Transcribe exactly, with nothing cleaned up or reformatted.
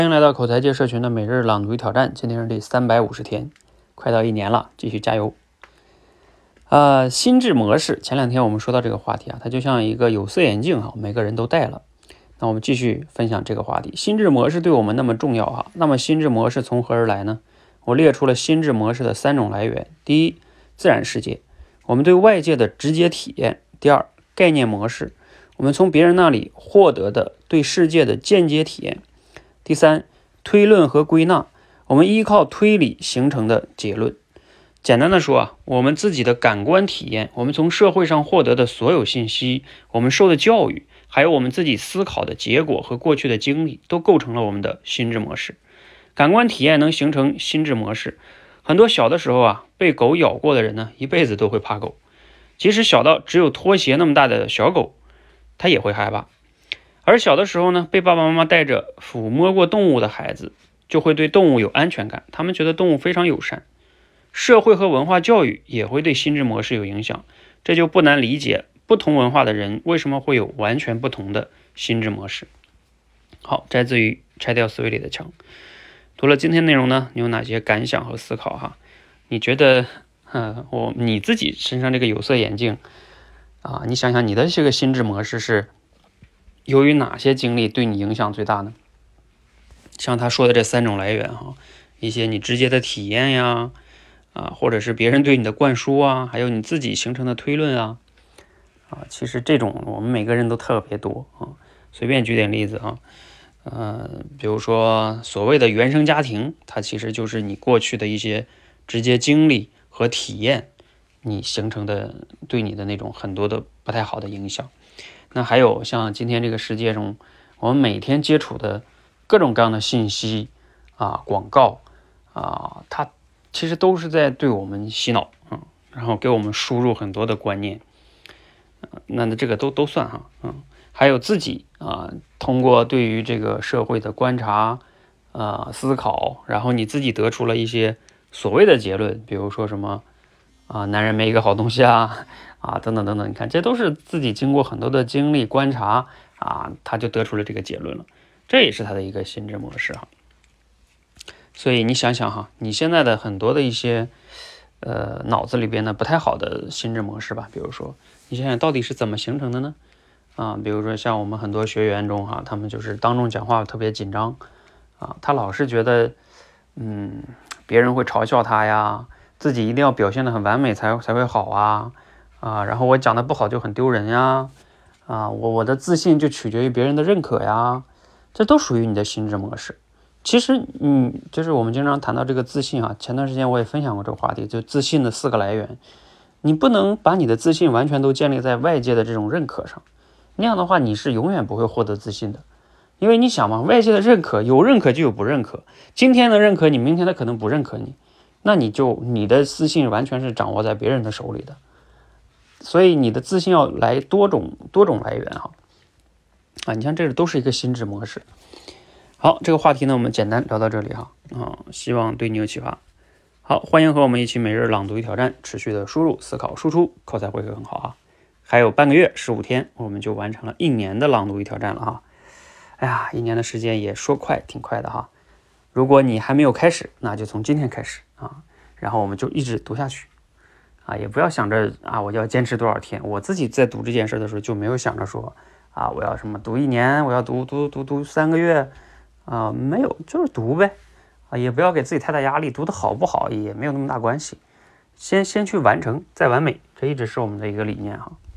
欢迎来到口才界社群的每日朗读与挑战，今天是第三百五十天，快到一年了，继续加油。呃，心智模式，前两天我们说到这个话题啊，它就像一个有色眼镜哈，每个人都戴了。那我们继续分享这个话题，心智模式对我们那么重要哈。那么心智模式从何而来呢？我列出了心智模式的三种来源。第一，自然世界，我们对外界的直接体验。第二，概念模式，我们从别人那里获得的对世界的间接体验。第三，推论和归纳，我们依靠推理形成的结论。简单的说啊，我们自己的感官体验，我们从社会上获得的所有信息，我们受的教育，还有我们自己思考的结果和过去的经历，都构成了我们的心智模式。感官体验能形成心智模式。很多小的时候啊，被狗咬过的人呢，一辈子都会怕狗。即使小到只有拖鞋那么大的小狗，它也会害怕。而小的时候呢，被爸爸妈妈带着抚摸过动物的孩子，就会对动物有安全感，他们觉得动物非常友善。社会和文化教育也会对心智模式有影响，这就不难理解不同文化的人为什么会有完全不同的心智模式。好，摘自于拆掉思维里的墙。读了今天内容呢，你有哪些感想和思考哈？你觉得，呃，我你自己身上这个有色眼镜啊，你想想你的这个心智模式是由于哪些经历对你影响最大呢？像他说的这三种来源哈，一些你直接的体验呀，啊，或者是别人对你的灌输啊，还有你自己形成的推论啊，啊，其实这种我们每个人都特别多啊。随便举点例子啊，呃，比如说所谓的原生家庭，它其实就是你过去的一些直接经历和体验，你形成的对你的那种很多的不太好的影响。那还有像今天这个世界中，我们每天接触的各种各样的信息啊、广告啊，它其实都是在对我们洗脑啊、嗯，然后给我们输入很多的观念，呃、那这个都都算哈，嗯，还有自己啊，通过对于这个社会的观察啊、思考，然后你自己得出了一些所谓的结论，比如说什么啊，男人没一个好东西啊。啊，等等等等，你看，这都是自己经过很多的经历观察啊，他就得出了这个结论了，这也是他的一个心智模式哈。所以你想想哈，你现在的很多的一些呃脑子里边的不太好的心智模式吧，比如说你想想到底是怎么形成的呢？啊，比如说像我们很多学员中哈，他们就是当众讲话特别紧张啊，他老是觉得嗯别人会嘲笑他呀，自己一定要表现得很完美才才会好啊。啊，然后我讲的不好就很丢人呀，啊，我我的自信就取决于别人的认可呀，这都属于你的心智模式。其实，嗯，就是我们经常谈到这个自信啊，前段时间我也分享过这个话题，就自信的四个来源。你不能把你的自信完全都建立在外界的这种认可上，那样的话你是永远不会获得自信的。因为你想嘛，外界的认可有认可就有不认可，今天的认可你，明天他可能不认可你，那你就你的自信完全是掌握在别人的手里的。所以你的自信要来多种多种来源哈，啊，你像这个都是一个心智模式。好，这个话题呢，我们简单聊到这里哈，啊，希望对你有启发。好，欢迎和我们一起每日朗读与挑战，持续的输入、思考、输出，口才会很好啊。还有半个月，十五天，我们就完成了一年的朗读与挑战了哈。哎呀，一年的时间也说快挺快的哈。如果你还没有开始，那就从今天开始啊，然后我们就一直读下去。啊，也不要想着啊，我要坚持多少天。我自己在读这件事的时候，就没有想着说啊，我要什么读一年，我要读读读读三个月，啊，没有，就是读呗，啊，也不要给自己太大压力，读得好不好也没有那么大关系，先先去完成，再完美，这一直是我们的一个理念哈。